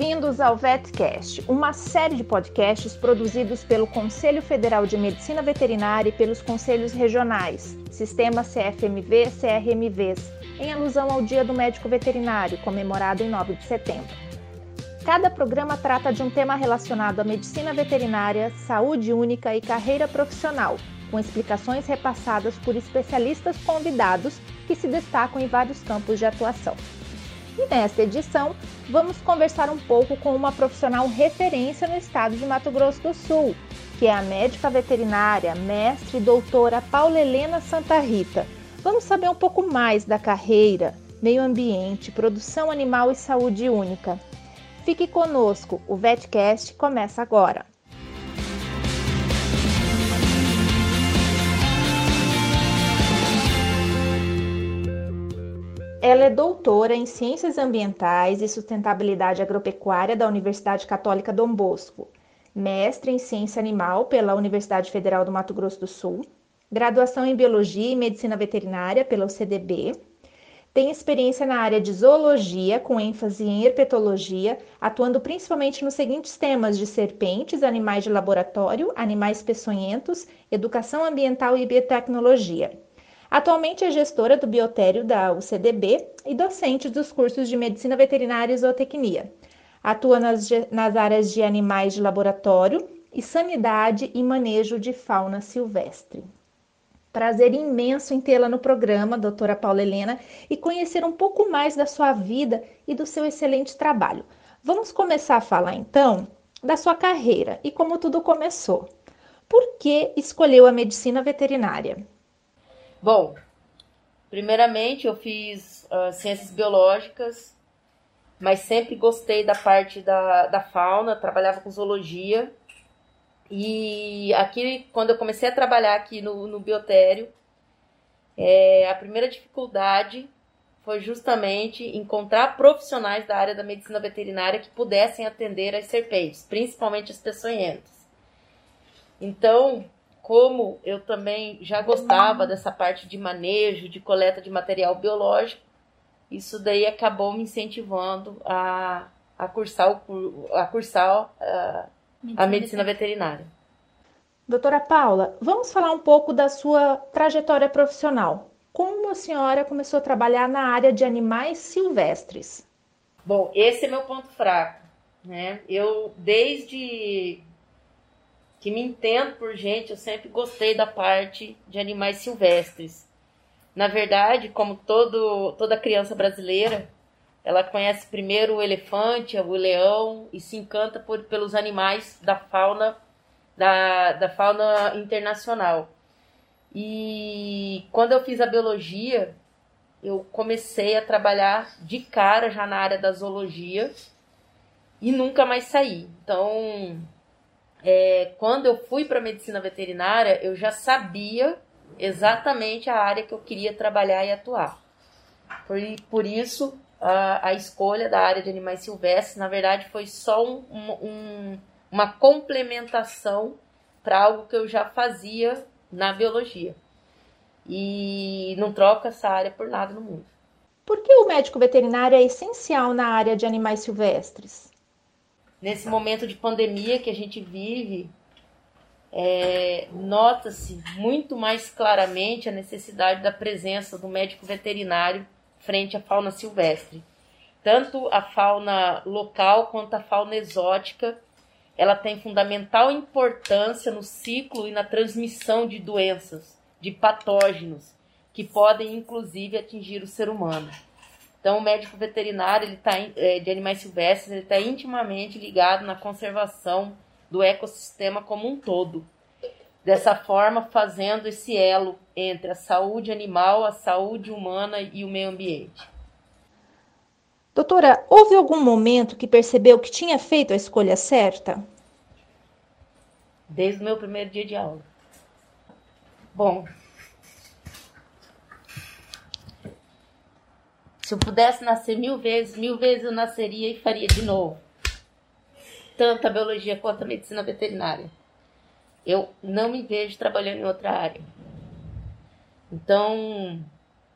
Bem-vindos ao VetCast, uma série de podcasts produzidos pelo Conselho Federal de Medicina Veterinária e pelos conselhos regionais, Sistema CFMV, CRMVs, em alusão ao Dia do Médico Veterinário, comemorado em 9 de setembro. Cada programa trata de um tema relacionado à medicina veterinária, saúde única e carreira profissional, com explicações repassadas por especialistas convidados que se destacam em vários campos de atuação. E nesta edição, vamos conversar um pouco com uma profissional referência no estado de Mato Grosso do Sul, que é a médica veterinária, mestre e doutora Paula Helena Santa Rita. Vamos saber um pouco mais da carreira, meio ambiente, produção animal e saúde única. Fique conosco, o VetCast começa agora. Ela é doutora em Ciências Ambientais e Sustentabilidade Agropecuária da Universidade Católica Dom Bosco, mestre em Ciência Animal pela Universidade Federal do Mato Grosso do Sul, graduação em Biologia e Medicina Veterinária pela UCDB, tem experiência na área de zoologia, com ênfase em herpetologia, atuando principalmente nos seguintes temas de serpentes, animais de laboratório, animais peçonhentos, educação ambiental e biotecnologia. Atualmente é gestora do biotério da UCDB e docente dos cursos de Medicina Veterinária e Zootecnia. Atua nas áreas de animais de laboratório e sanidade e manejo de fauna silvestre. Prazer imenso em tê-la no programa, doutora Paula Helena, e conhecer um pouco mais da sua vida e do seu excelente trabalho. Vamos começar a falar, então, da sua carreira e como tudo começou. Por que escolheu a medicina veterinária? Bom, primeiramente eu fiz ciências biológicas, mas sempre gostei da parte da fauna, trabalhava com zoologia. E aqui, quando eu comecei a trabalhar aqui no biotério, a primeira dificuldade foi justamente encontrar profissionais da área da medicina veterinária que pudessem atender as serpentes, principalmente as peçonhentas. Então, como eu também já gostava dessa parte de manejo, de coleta de material biológico, isso daí acabou me incentivando a cursar a medicina veterinária. Doutora Paula, vamos falar um pouco da sua trajetória profissional. Como a senhora começou a trabalhar na área de animais silvestres? Bom, esse é meu ponto fraco, né? Eu, desde que me entendo por gente, eu sempre gostei da parte de animais silvestres. Na verdade, como toda criança brasileira, ela conhece primeiro o elefante, o leão e se encanta pelos animais da fauna internacional. E quando eu fiz a biologia, eu comecei a trabalhar de cara já na área da zoologia e nunca mais saí. Então, quando eu fui para a medicina veterinária, eu já sabia exatamente a área que eu queria trabalhar e atuar. Por isso, a escolha da área de animais silvestres, na verdade, foi só uma complementação para algo que eu já fazia na biologia. E não troco essa área por nada no mundo. Por que o médico veterinário é essencial na área de animais silvestres? Nesse momento de pandemia que a gente vive, nota-se muito mais claramente a necessidade da presença do médico veterinário frente à fauna silvestre. Tanto a fauna local quanto a fauna exótica, ela tem fundamental importância no ciclo e na transmissão de doenças, de patógenos, que podem inclusive atingir o ser humano. Então, o médico veterinário de animais silvestres está intimamente ligado na conservação do ecossistema como um todo. Dessa forma, fazendo esse elo entre a saúde animal, a saúde humana e o meio ambiente. Doutora, houve algum momento que percebeu que tinha feito a escolha certa? Desde o meu primeiro dia de aula. Bom, se eu pudesse nascer 1000 vezes eu nasceria e faria de novo. Tanto a biologia quanto a medicina veterinária. Eu não me vejo trabalhando em outra área. Então,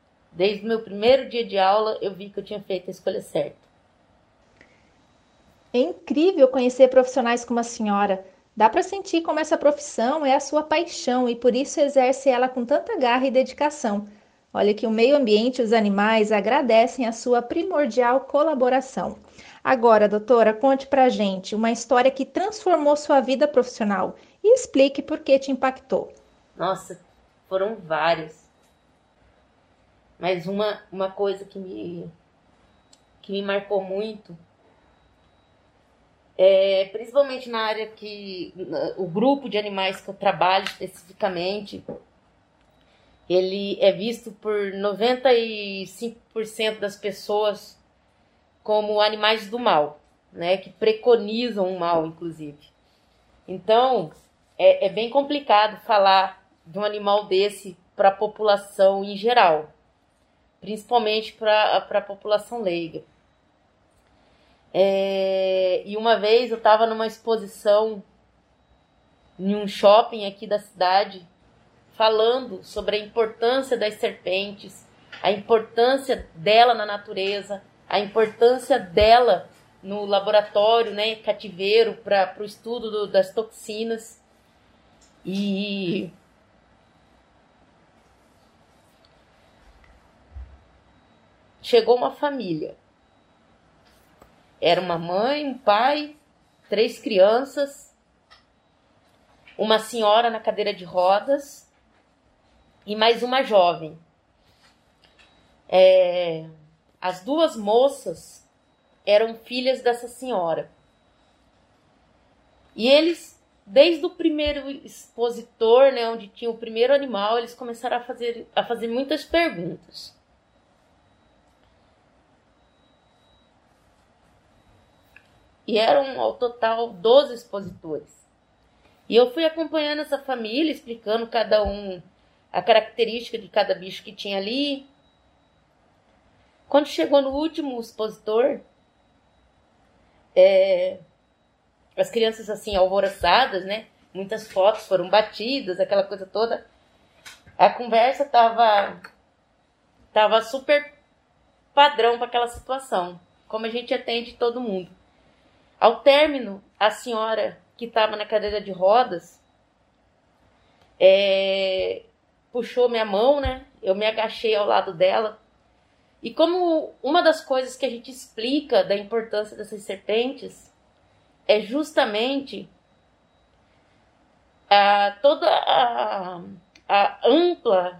desde o meu primeiro dia de aula, eu vi que eu tinha feito a escolha certa. É incrível conhecer profissionais como a senhora. Dá para sentir como essa profissão é a sua paixão e por isso exerce ela com tanta garra e dedicação. Olha que o meio ambiente e os animais agradecem a sua primordial colaboração. Agora, doutora, conte pra gente uma história que transformou sua vida profissional e explique por que te impactou. Nossa, foram várias. Mas uma coisa que me marcou muito, principalmente na área o grupo de animais que eu trabalho especificamente, ele é visto por 95% das pessoas como animais do mal, né? Que preconizam o mal, inclusive. Então, é bem complicado falar de um animal desse para a população em geral, principalmente para a população leiga. E uma vez eu estava numa exposição em um shopping aqui da cidade, falando sobre a importância das serpentes, a importância dela na natureza, a importância dela no laboratório, né, cativeiro, para o estudo das toxinas. E chegou uma família. Era uma mãe, um pai, 3 crianças, uma senhora na cadeira de rodas e mais uma jovem. As 2 moças eram filhas dessa senhora. E eles, desde o primeiro expositor, né, onde tinha o primeiro animal, eles começaram a fazer muitas perguntas. E eram, ao total, 12 expositores. E eu fui acompanhando essa família, explicando cada um a característica de cada bicho que tinha ali. Quando chegou no último expositor, as crianças assim, alvoroçadas, né? Muitas fotos foram batidas, aquela coisa toda. A conversa tava super padrão para aquela situação, como a gente atende todo mundo. Ao término, a senhora que estava na cadeira de rodas puxou minha mão, né? Eu me agachei ao lado dela. E como uma das coisas que a gente explica da importância dessas serpentes é justamente toda a ampla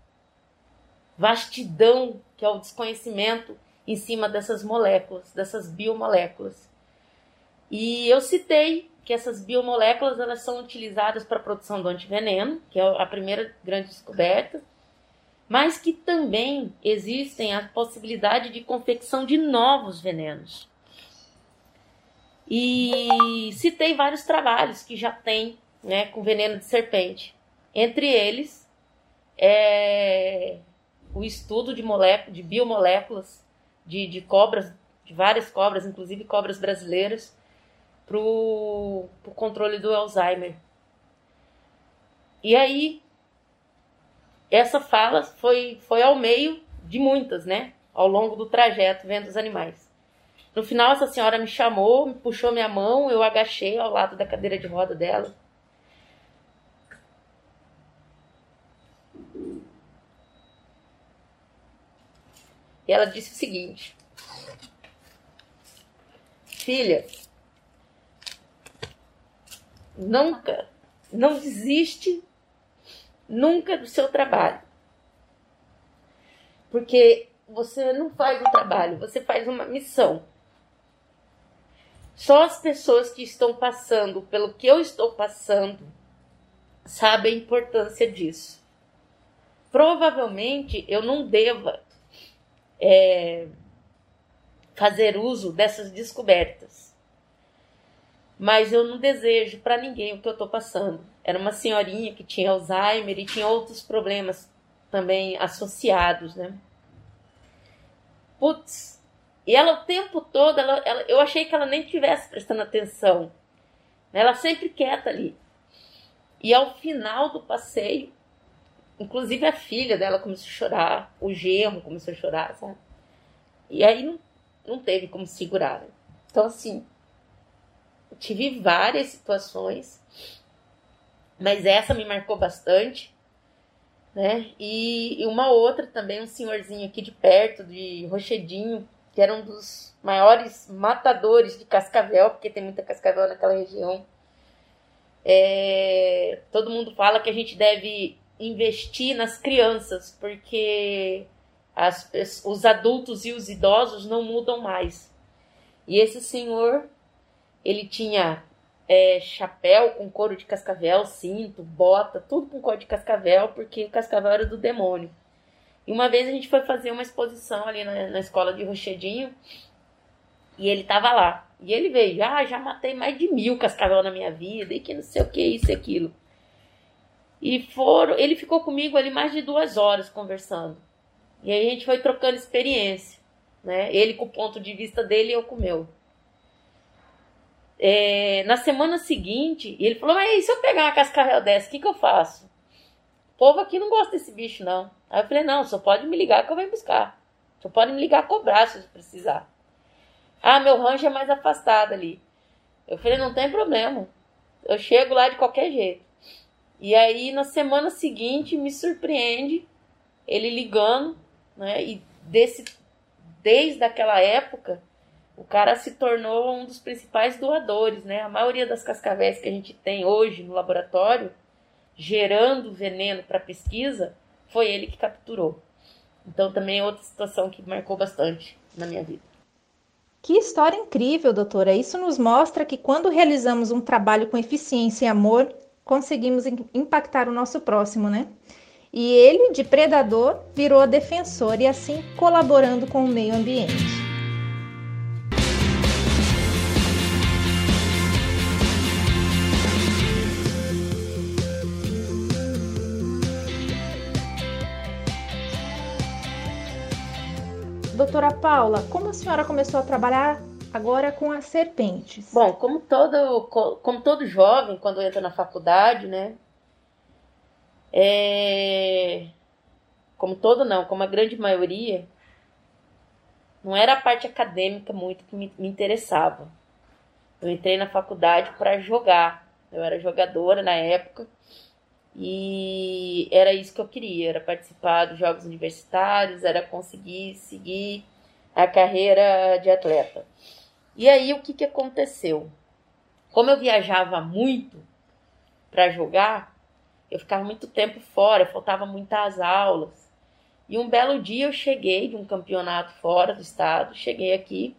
vastidão que é o desconhecimento em cima dessas moléculas, dessas biomoléculas. E eu citei que essas biomoléculas elas são utilizadas para a produção do antiveneno, que é a primeira grande descoberta, mas que também existem a possibilidade de confecção de novos venenos. E citei vários trabalhos que já tem, né, com veneno de serpente. Entre eles, o estudo de biomoléculas de cobras, de várias cobras, inclusive cobras brasileiras, para o controle do Alzheimer. E aí, essa fala foi ao meio de muitas, né? Ao longo do trajeto, vendo os animais. No final, essa senhora me chamou, me puxou minha mão, eu agachei ao lado da cadeira de roda dela. E ela disse o seguinte: filha, não desiste nunca do seu trabalho. Porque você não faz um trabalho, você faz uma missão. Só as pessoas que estão passando pelo que eu estou passando sabem a importância disso. Provavelmente eu não deva fazer uso dessas descobertas. Mas eu não desejo para ninguém o que eu estou passando. Era uma senhorinha que tinha Alzheimer e tinha outros problemas também associados, né? Putz, e ela o tempo todo, eu achei que ela nem estivesse prestando atenção. Ela sempre quieta ali. E ao final do passeio, inclusive a filha dela começou a chorar, o genro começou a chorar, sabe? E aí não teve como segurar, né? Então, assim, tive várias situações, mas essa me marcou bastante, né? E uma outra também, um senhorzinho aqui de perto, de Rochedinho, que era um dos maiores matadores de cascavel, porque tem muita cascavel naquela região. Todo mundo fala que a gente deve investir nas crianças, porque os adultos e os idosos não mudam mais. E esse senhor, ele tinha chapéu com couro de cascavel, cinto, bota, tudo com couro de cascavel, porque o cascavel era do demônio. E uma vez a gente foi fazer uma exposição ali na escola de Rochedinho, e ele tava lá. E ele veio, já matei mais de 1000 cascavel na minha vida, e que não sei o que, isso e aquilo. E ele ficou comigo ali mais de 2 horas conversando. E aí a gente foi trocando experiência, né? Ele com o ponto de vista dele e eu com o meu. Na semana seguinte, ele falou, mas e se eu pegar uma cascavel dessa, o que eu faço? O povo aqui não gosta desse bicho, não. Aí eu falei, não, só pode me ligar que eu venho buscar. Só pode me ligar a cobrar se precisar. Meu rancho é mais afastado ali. Eu falei, não tem problema. Eu chego lá de qualquer jeito. E aí, na semana seguinte, me surpreende ele ligando, né? E desde aquela época, o cara se tornou um dos principais doadores, né? A maioria das cascavéis que a gente tem hoje no laboratório, gerando veneno para pesquisa, foi ele que capturou. Então, também é outra situação que marcou bastante na minha vida. Que história incrível, doutora! Isso nos mostra que quando realizamos um trabalho com eficiência e amor, conseguimos impactar o nosso próximo, né? E ele, de predador, virou defensor e assim colaborando com o meio ambiente. Doutora Paula, como a senhora começou a trabalhar agora com as serpentes? Bom, como todo jovem, quando entra na faculdade, né? Como a grande maioria, não era a parte acadêmica muito que me interessava. Eu entrei na faculdade para jogar. Eu era jogadora na época e era isso que eu queria, era participar dos jogos universitários, era conseguir seguir a carreira de atleta. E aí o que aconteceu? Como eu viajava muito para jogar, eu ficava muito tempo fora, faltava muitas aulas. E um belo dia eu cheguei de um campeonato fora do estado, cheguei aqui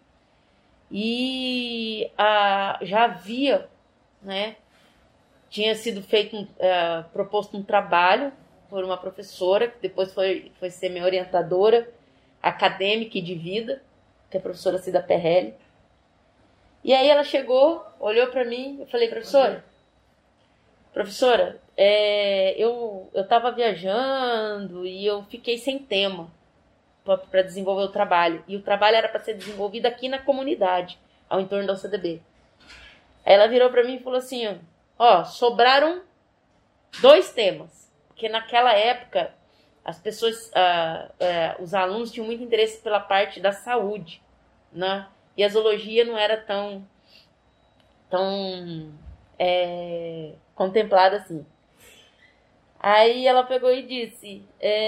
e já havia, né, tinha sido proposto um trabalho por uma professora, que depois foi ser minha orientadora acadêmica e de vida, que é a professora Cida Perrelli. E aí ela chegou, olhou para mim, eu falei, professora, eu estava viajando e eu fiquei sem tema para desenvolver o trabalho. E o trabalho era para ser desenvolvido aqui na comunidade, ao entorno da UCDB. Aí ela virou para mim e falou assim, sobraram 2 temas. Porque naquela época, as pessoas, os alunos tinham muito interesse pela parte da saúde, né? E a zoologia não era tão contemplada assim. Aí ela pegou e disse,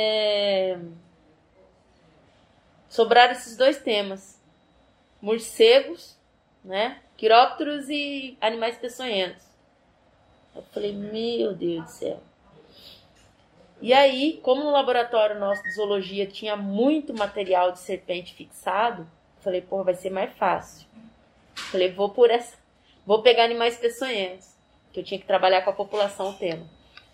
sobraram esses 2 temas, morcegos, né, quirópteros e animais peçonhentos. Eu falei, meu Deus do céu. E aí, como no laboratório nosso de zoologia tinha muito material de serpente fixado, eu falei, vai ser mais fácil. Eu falei, vou pegar animais peçonhentos, que eu tinha que trabalhar com a população o tema.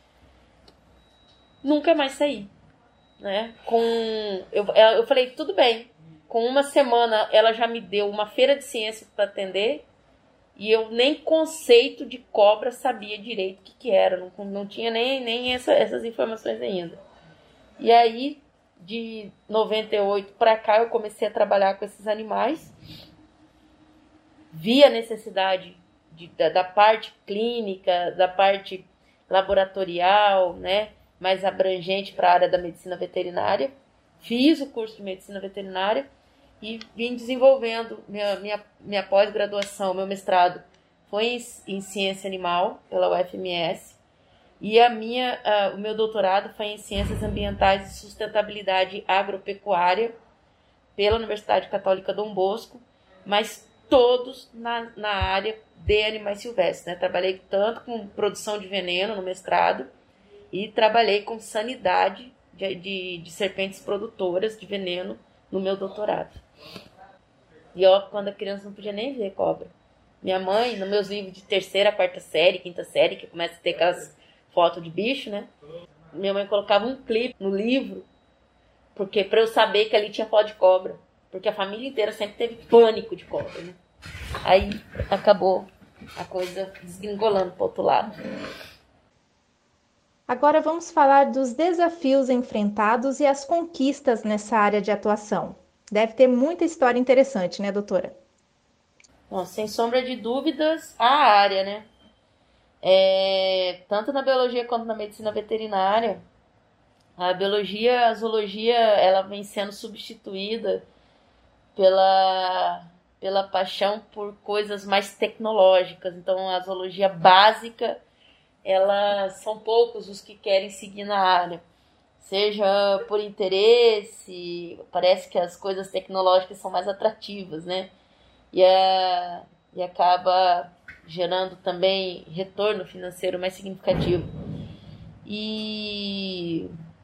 Nunca mais saí, né? Eu falei, tudo bem. Com 1 semana, ela já me deu uma feira de ciências para atender e eu nem conceito de cobra sabia direito o que era. Não tinha nem essas informações ainda. E aí, de 98 para cá, eu comecei a trabalhar com esses animais. Vi a necessidade da parte clínica, da parte laboratorial, né, mais abrangente para a área da medicina veterinária. Fiz o curso de medicina veterinária e vim desenvolvendo minha pós-graduação, meu mestrado foi em ciência animal pela UFMS e o meu doutorado foi em ciências ambientais e sustentabilidade agropecuária pela Universidade Católica Dom Bosco, mas todos na área de animais silvestres, né? Trabalhei tanto com produção de veneno no mestrado e trabalhei com sanidade de serpentes produtoras de veneno no meu doutorado. E ó, quando a criança não podia nem ver cobra. Minha mãe, nos meus livros de terceira, quarta série, quinta série, que começa a ter aquelas fotos de bicho, né? Minha mãe colocava um clipe no livro, porque para eu saber que ali tinha foto de cobra. Porque a família inteira sempre teve pânico de cobra, né? Aí acabou a coisa desgringolando para o outro lado. Agora vamos falar dos desafios enfrentados e as conquistas nessa área de atuação. Deve ter muita história interessante, né, doutora? Bom, sem sombra de dúvidas, a área, né? Tanto na biologia quanto na medicina veterinária, a zoologia, ela vem sendo substituída pela paixão por coisas mais tecnológicas. Então, a zoologia básica, são poucos os que querem seguir na área. Seja por interesse, parece que as coisas tecnológicas são mais atrativas, né? E acaba gerando também retorno financeiro mais significativo. E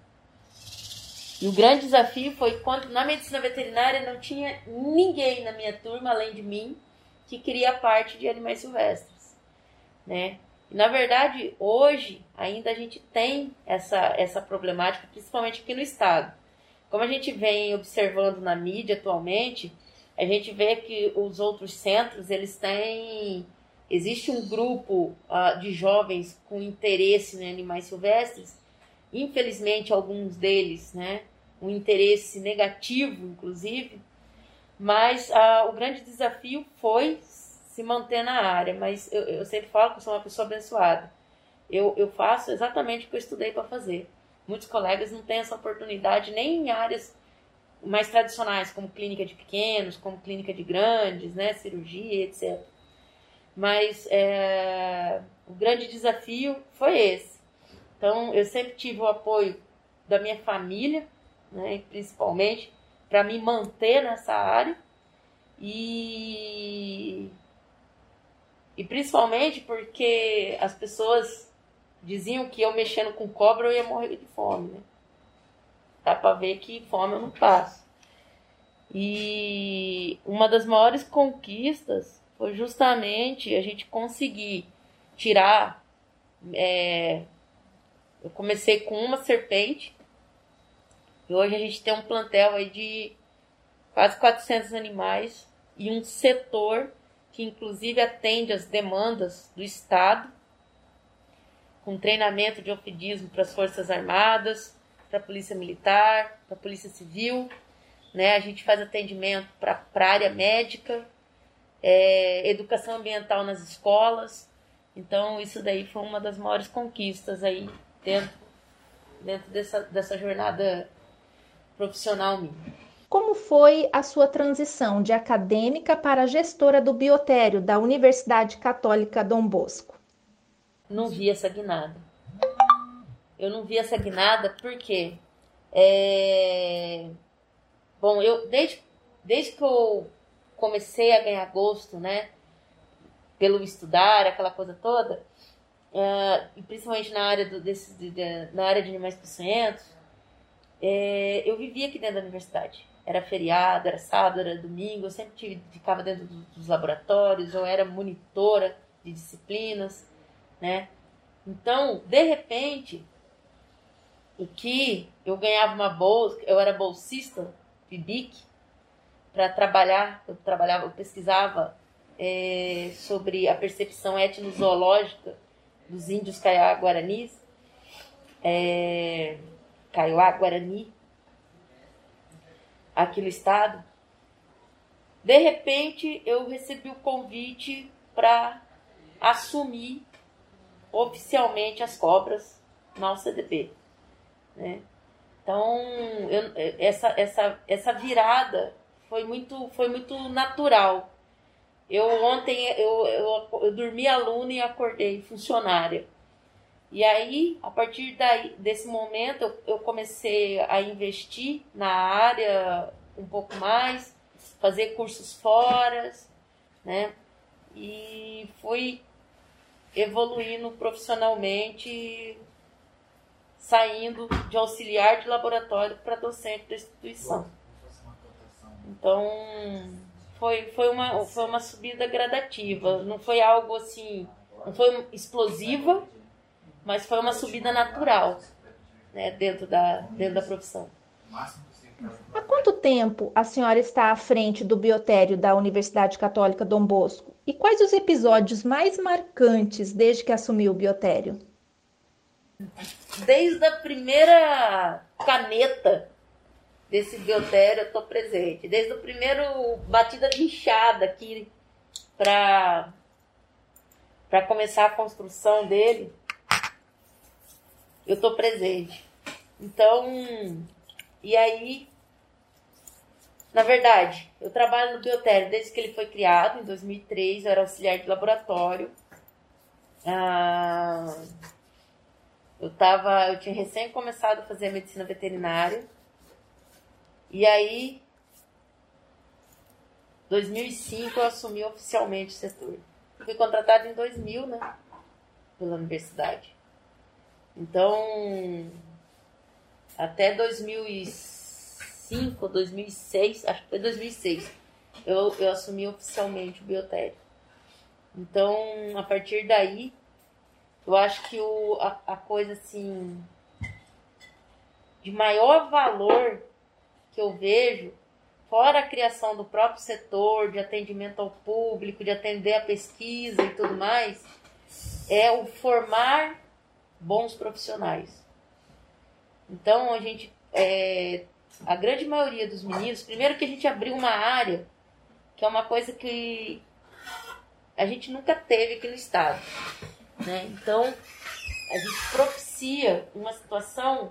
o grande desafio foi quando na medicina veterinária não tinha ninguém na minha turma, além de mim, que queria parte de animais silvestres, né? E, na verdade, hoje ainda a gente tem essa problemática, principalmente aqui no estado. Como a gente vem observando na mídia atualmente, a gente vê que os outros centros, existe um grupo de jovens com interesse em animais silvestres. Infelizmente, alguns deles, né, um interesse negativo, inclusive, mas o grande desafio foi se manter na área. Mas eu sempre falo que eu sou uma pessoa abençoada. Eu faço exatamente o que eu estudei para fazer. Muitos colegas não têm essa oportunidade nem em áreas mais tradicionais, como clínica de pequenos, como clínica de grandes, né, cirurgia, etc. Mas o grande desafio foi esse. Então, eu sempre tive o apoio da minha família, né, principalmente, para me manter nessa área. E principalmente porque as pessoas diziam que eu mexendo com cobra eu ia morrer de fome, né? Dá para ver que fome eu não passo. E uma das maiores conquistas foi justamente a gente conseguir tirar... eu comecei com uma serpente e hoje a gente tem um plantel aí de quase 400 animais e um setor que inclusive atende às demandas do Estado, com treinamento de ofidismo para as Forças Armadas, para a Polícia Militar, para a Polícia Civil, né? A gente faz atendimento para a área médica, educação ambiental nas escolas. Então, isso daí foi uma das maiores conquistas aí dentro dessa jornada profissional minha. Como foi a sua transição de acadêmica para gestora do biotério da Universidade Católica Dom Bosco? Não vi essa guinada. Eu não vi essa guinada porque... Bom, desde que eu comecei a ganhar gosto, né, pelo estudar, aquela coisa toda, e principalmente na área na área de animais peçonhentos, eu vivia aqui dentro da universidade. Era feriado, era sábado, era domingo, eu sempre ficava dentro dos laboratórios, eu era monitora de disciplinas, né? Então, de repente, eu ganhava uma bolsa, eu era bolsista PIBIC, para trabalhar, eu pesquisava sobre a percepção etnozoológica dos índios Kaiowá-Guaranis, Kaiowá-Guarani, aqui no estado. De repente, eu recebi o convite para assumir oficialmente as cobras na UCDB, né? Então, essa virada foi muito natural. Ontem eu dormi aluna e acordei funcionária. E aí, a partir desse momento, eu comecei a investir na área um pouco mais, fazer cursos fora, né? E fui evoluindo profissionalmente, saindo de auxiliar de laboratório para docente da instituição. Então, foi uma subida gradativa, não foi algo assim, não foi explosiva, mas foi uma subida natural, né, dentro da profissão. Há quanto tempo a senhora está à frente do biotério da Universidade Católica Dom Bosco? E quais os episódios mais marcantes desde que assumiu o biotério? Desde a primeira caneta desse biotério eu estou presente. Desde o primeiro batida de enxada aqui para começar a construção dele, eu estou presente. Então, e aí, na verdade, eu trabalho no biotério desde que ele foi criado, em 2003, eu era auxiliar de laboratório. Eu tinha recém começado a fazer medicina veterinária. E aí, 2005, eu assumi oficialmente o setor. Fui contratada em 2000, né? Pela universidade. Então, até 2005, 2006, acho que foi 2006, eu assumi oficialmente o biotério. Então, a partir daí, eu acho que a coisa assim de maior valor que eu vejo, fora a criação do próprio setor, de atendimento ao público, de atender a pesquisa e tudo mais, é o formar bons profissionais. Então, a grande maioria dos meninos, primeiro que a gente abriu uma área, que é uma coisa que a gente nunca teve aqui no estado, né? Então, a gente propicia uma situação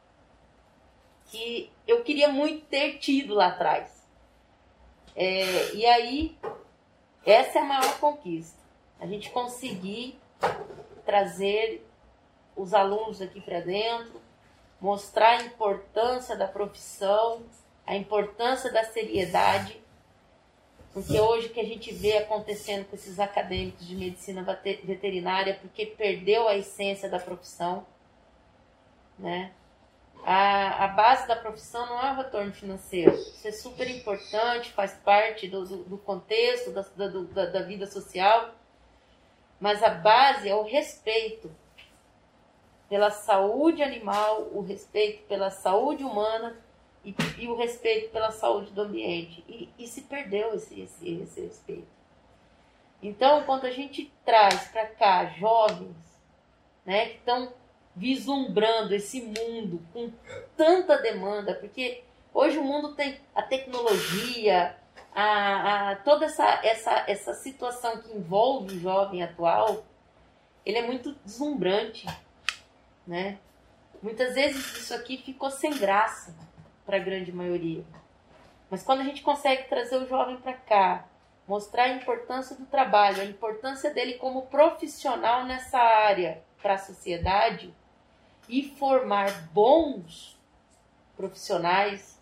que eu queria muito ter tido lá atrás. E aí, essa é a maior conquista. A gente conseguir trazer os alunos aqui para dentro, mostrar a importância da profissão, a importância da seriedade, porque hoje o que a gente vê acontecendo com esses acadêmicos de medicina veterinária, porque perdeu a essência da profissão, né? A base da profissão não é o retorno financeiro. Isso é super importante, faz parte do contexto da vida social, mas a base é o respeito pela saúde animal, o respeito pela saúde humana e o respeito pela saúde do ambiente. E se perdeu esse respeito. Então, quando a gente traz para cá jovens, né, que estão vislumbrando esse mundo com tanta demanda, porque hoje o mundo tem a tecnologia, toda essa situação que envolve o jovem atual, ele é muito deslumbrante, né? Muitas vezes isso aqui ficou sem graça para a grande maioria. Mas quando a gente consegue trazer o jovem para cá, mostrar a importância do trabalho, a importância dele como profissional nessa área para a sociedade e formar bons profissionais,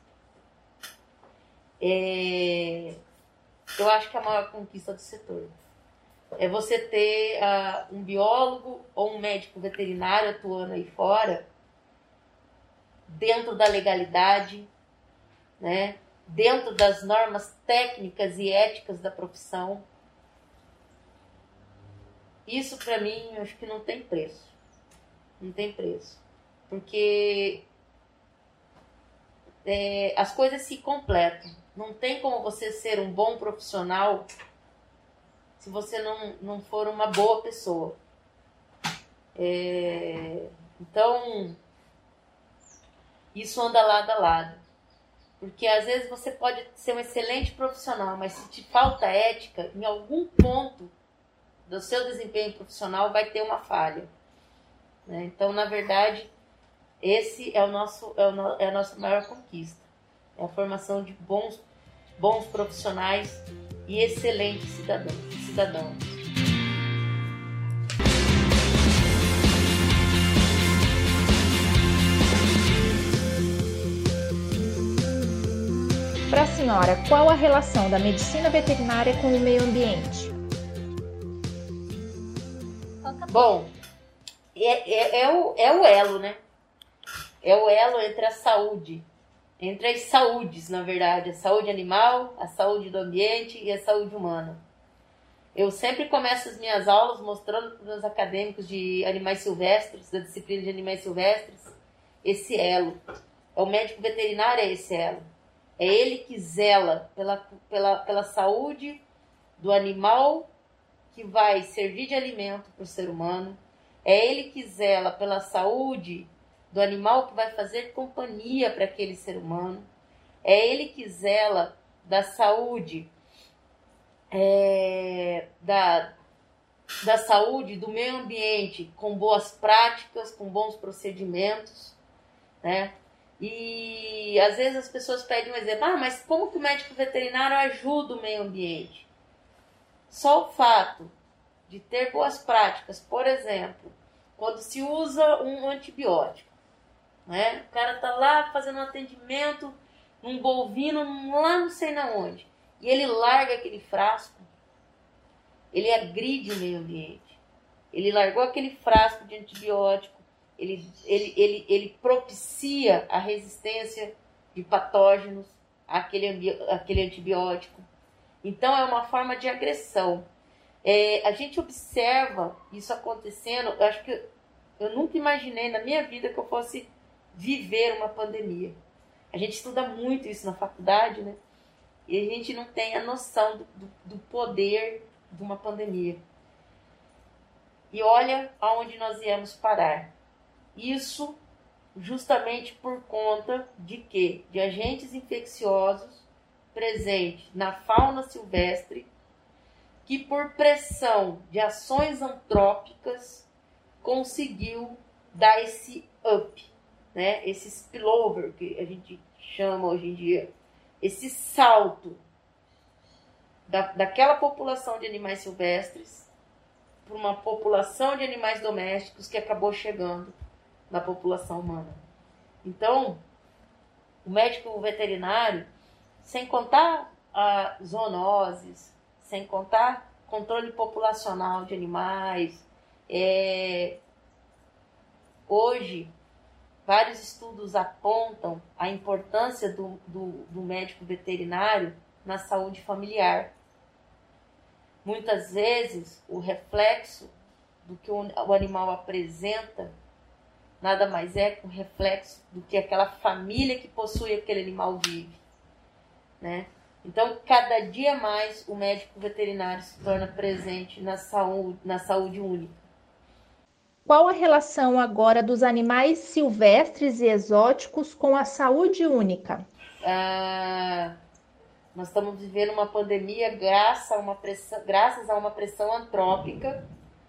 eu acho que é a maior conquista do setor. É você ter um biólogo ou um médico veterinário atuando aí fora, dentro da legalidade, né? Dentro das normas técnicas e éticas da profissão. Isso, para mim, eu acho que não tem preço. Não tem preço. Porque as coisas se completam. Não tem como você ser um bom profissional se você não for uma boa pessoa. Então, isso anda lado a lado. Porque às vezes você pode ser um excelente profissional, mas se te falta ética, em algum ponto do seu desempenho profissional vai ter uma falha, né? Então, na verdade, esse é a nossa maior conquista. É a formação de bons profissionais e excelentes cidadãos. Para a senhora, qual a relação da medicina veterinária com o meio ambiente? Bom, é o elo, né? É o elo entre a saúde, entre as saúdes, na verdade, a saúde animal, a saúde do ambiente e a saúde humana. Eu sempre começo as minhas aulas mostrando para os meus acadêmicos de animais silvestres, da disciplina de animais silvestres, esse elo. O médico veterinário é esse elo. É ele que zela pela saúde do animal que vai servir de alimento para o ser humano. É ele que zela pela saúde do animal que vai fazer companhia para aquele ser humano. É ele que zela da saúde, da saúde do meio ambiente, com boas práticas, com bons procedimentos, né? E às vezes as pessoas pedem um exemplo, mas como que o médico veterinário ajuda o meio ambiente? Só o fato de ter boas práticas, por exemplo, quando se usa um antibiótico, né? O cara tá lá fazendo um atendimento num bovino, lá não sei na onde, e ele larga aquele frasco, ele agride o meio ambiente. Ele largou aquele frasco de antibiótico, ele propicia a resistência de patógenos àquele antibiótico. Então, é uma forma de agressão. A gente observa isso acontecendo. Eu acho que eu nunca imaginei na minha vida que eu fosse viver uma pandemia. A gente estuda muito isso na faculdade, né? E a gente não tem a noção do poder de uma pandemia. E olha aonde nós íamos parar. Isso justamente por conta de quê? De agentes infecciosos presentes na fauna silvestre que por pressão de ações antrópicas conseguiu dar esse up, né? Esse spillover que a gente chama hoje em dia, esse salto daquela população de animais silvestres para uma população de animais domésticos que acabou chegando na população humana. Então, o médico veterinário, sem contar zoonoses, sem contar controle populacional de animais, hoje, vários estudos apontam a importância do médico veterinário na saúde familiar. Muitas vezes, o reflexo do que o animal apresenta nada mais é que um reflexo do que aquela família que possui aquele animal vive, né? Então, cada dia mais o médico veterinário se torna presente na saúde única. Qual a relação agora dos animais silvestres e exóticos com a saúde única? Nós estamos vivendo uma pandemia graças a uma pressão antrópica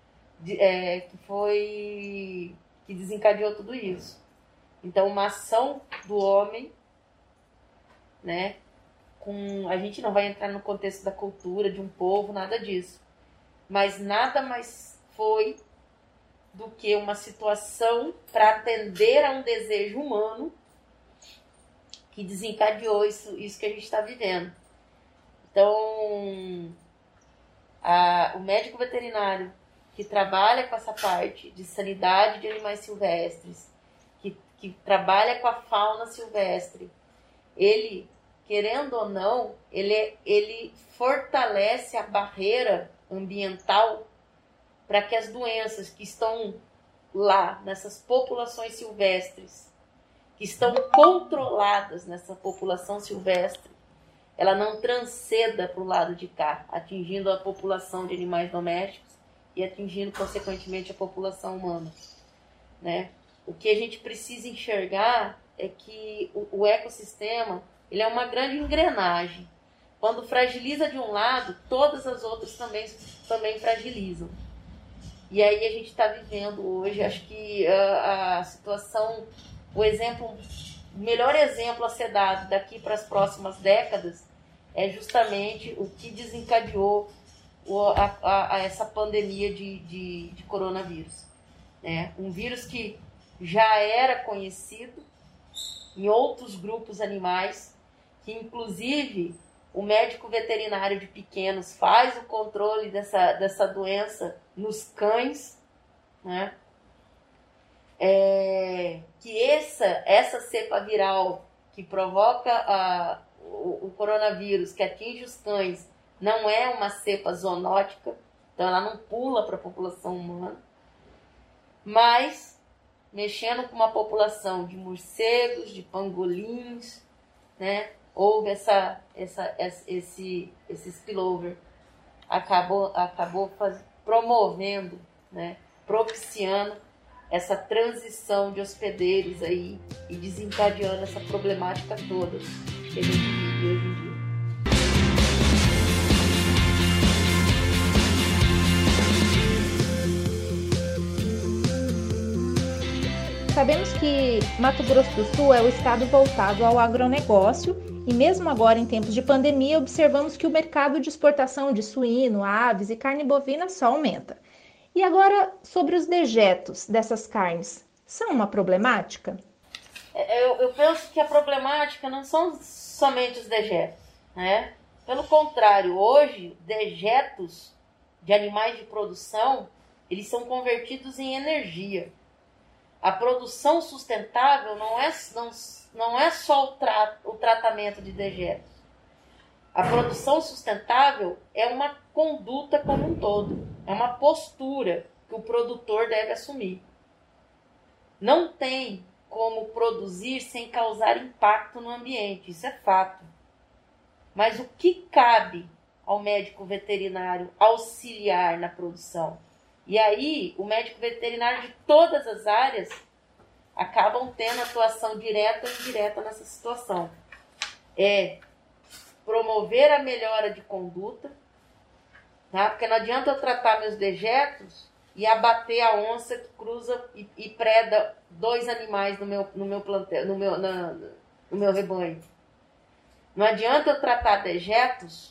que desencadeou tudo isso. Então, uma ação do homem, né? A gente não vai entrar no contexto da cultura, de um povo, nada disso. Mas nada mais foi do que uma situação para atender a um desejo humano que desencadeou isso que a gente está vivendo. Então, o médico veterinário que trabalha com essa parte de sanidade de animais silvestres, que trabalha com a fauna silvestre, ele, querendo ou não, ele fortalece a barreira ambiental para que as doenças que estão lá, nessas populações silvestres, que estão controladas nessa população silvestre, ela não transceda para o lado de cá, atingindo a população de animais domésticos e atingindo, consequentemente, a população humana, né? O que a gente precisa enxergar é que o ecossistema ele é uma grande engrenagem. Quando fragiliza de um lado, todas as outras também fragilizam. E aí a gente está vivendo hoje, acho que a situação, o melhor exemplo a ser dado daqui para as próximas décadas é justamente o que desencadeou essa pandemia de coronavírus. Né? Um vírus que já era conhecido em outros grupos animais, que inclusive o médico veterinário de pequenos faz o controle dessa doença nos cães, né? Que essa cepa viral que provoca o coronavírus, que atinge os cães, não é uma cepa zoonótica, então ela não pula para a população humana, mas mexendo com uma população de morcegos, de pangolins, né? Houve esse spillover, acabou promovendo, né? Propiciando essa transição de hospedeiros aí e desencadeando essa problemática toda que a gente vive hoje em dia. Sabemos que Mato Grosso do Sul é o estado voltado ao agronegócio e mesmo agora em tempos de pandemia observamos que o mercado de exportação de suíno, aves e carne bovina só aumenta. E agora sobre os dejetos dessas carnes, são uma problemática? Eu penso que a problemática não são somente os dejetos, né? Pelo contrário, hoje dejetos de animais de produção, eles são convertidos em energia. A produção sustentável não é só o tratamento de dejetos. A produção sustentável é uma conduta como um todo. É uma postura que o produtor deve assumir. Não tem como produzir sem causar impacto no ambiente, isso é fato. Mas o que cabe ao médico veterinário auxiliar na produção? E aí, o médico veterinário de todas as áreas acabam tendo atuação direta ou indireta nessa situação. É promover a melhora de conduta, tá? Porque não adianta eu tratar meus dejetos e abater a onça que cruza e preda 2 animais no meu plantel, no meu rebanho. Não adianta eu tratar dejetos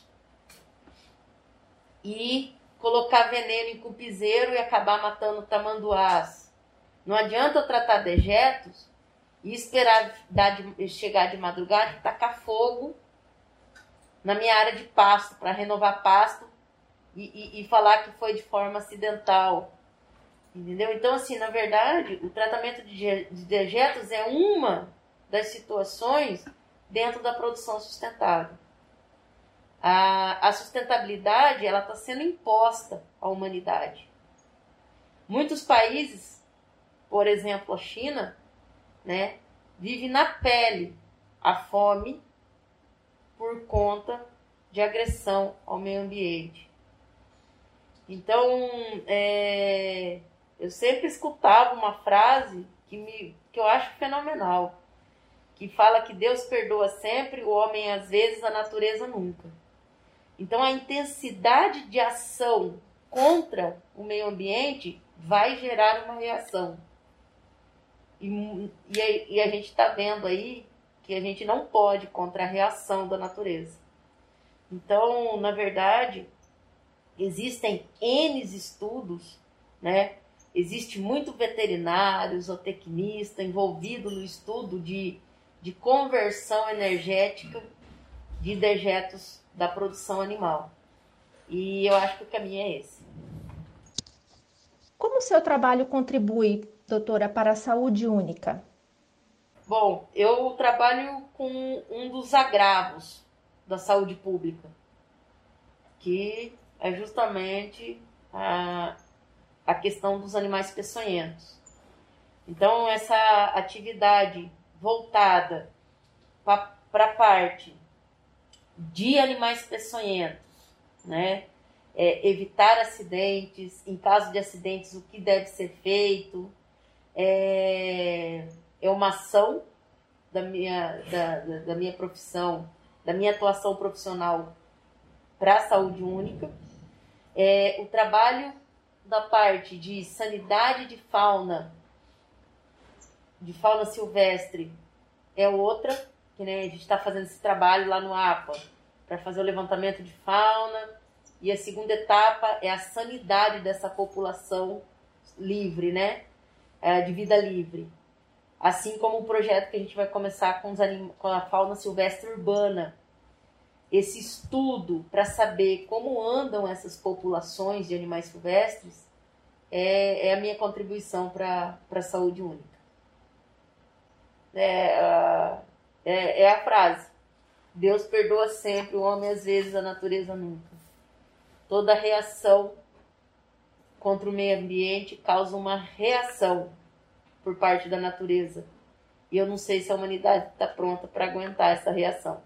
e colocar veneno em cupizeiro e acabar matando tamanduás. Não adianta eu tratar dejetos e esperar chegar de madrugada e tacar fogo na minha área de pasto, para renovar pasto e falar que foi de forma acidental. Entendeu? Então, assim, na verdade, o tratamento de dejetos é uma das situações dentro da produção sustentável. A sustentabilidade ela está sendo imposta à humanidade. Muitos países, por exemplo a China, né, vive na pele a fome por conta de agressão ao meio ambiente. Então, eu sempre escutava uma frase que eu acho fenomenal, que fala que Deus perdoa sempre, o homem às vezes, a natureza nunca. Então, a intensidade de ação contra o meio ambiente vai gerar uma reação. E a gente está vendo aí que a gente não pode contra a reação da natureza. Então, na verdade, existem N estudos, né? Existe muito veterinário, zootecnista envolvido no estudo de conversão energética de dejetos da produção animal. E eu acho que o caminho é esse. Como o seu trabalho contribui, doutora, para a saúde única? Bom, eu trabalho com um dos agravos da saúde pública, que é justamente a questão dos animais peçonhentos. Então, essa atividade voltada para a parte de animais peçonhentos, né? Evitar acidentes, em caso de acidentes, o que deve ser feito, é uma ação da minha profissão, da minha atuação profissional para a saúde única. O trabalho da parte de sanidade de fauna silvestre é outra, que né, a gente está fazendo esse trabalho lá no APA, para fazer o levantamento de fauna. E a segunda etapa é a sanidade dessa população livre, né? De vida livre. Assim como o projeto que a gente vai começar com a fauna silvestre urbana. Esse estudo para saber como andam essas populações de animais silvestres é a minha contribuição para a saúde única. É a frase: Deus perdoa sempre, o homem às vezes, a natureza nunca. Toda reação contra o meio ambiente causa uma reação por parte da natureza. E eu não sei se a humanidade está pronta para aguentar essa reação.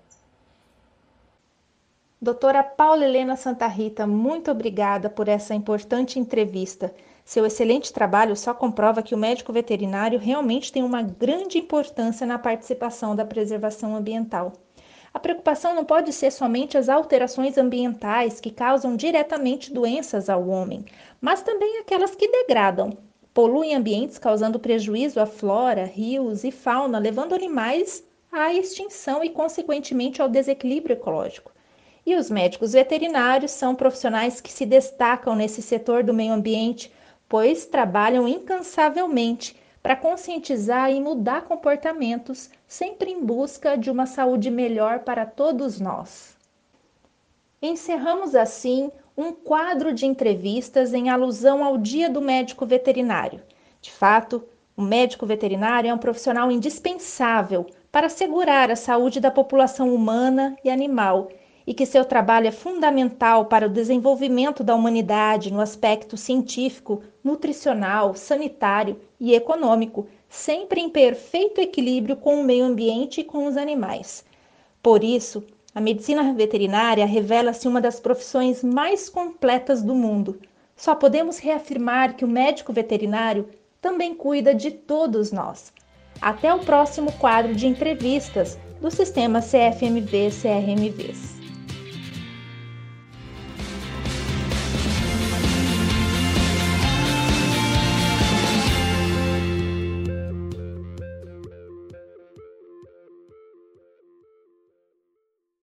Doutora Paula Helena Santa Rita, muito obrigada por essa importante entrevista. Seu excelente trabalho só comprova que o médico veterinário realmente tem uma grande importância na participação da preservação ambiental. A preocupação não pode ser somente as alterações ambientais que causam diretamente doenças ao homem, mas também aquelas que degradam, poluem ambientes causando prejuízo à flora, rios e fauna, levando animais à extinção e, consequentemente, ao desequilíbrio ecológico. E os médicos veterinários são profissionais que se destacam nesse setor do meio ambiente, pois trabalham incansavelmente para conscientizar e mudar comportamentos, sempre em busca de uma saúde melhor para todos nós. Encerramos assim um quadro de entrevistas em alusão ao Dia do Médico Veterinário. De fato, o médico veterinário é um profissional indispensável para assegurar a saúde da população humana e animal, e que seu trabalho é fundamental para o desenvolvimento da humanidade no aspecto científico, nutricional, sanitário e econômico, sempre em perfeito equilíbrio com o meio ambiente e com os animais. Por isso, a medicina veterinária revela-se uma das profissões mais completas do mundo. Só podemos reafirmar que o médico veterinário também cuida de todos nós. Até o próximo quadro de entrevistas do Sistema CFMV-CRMVs.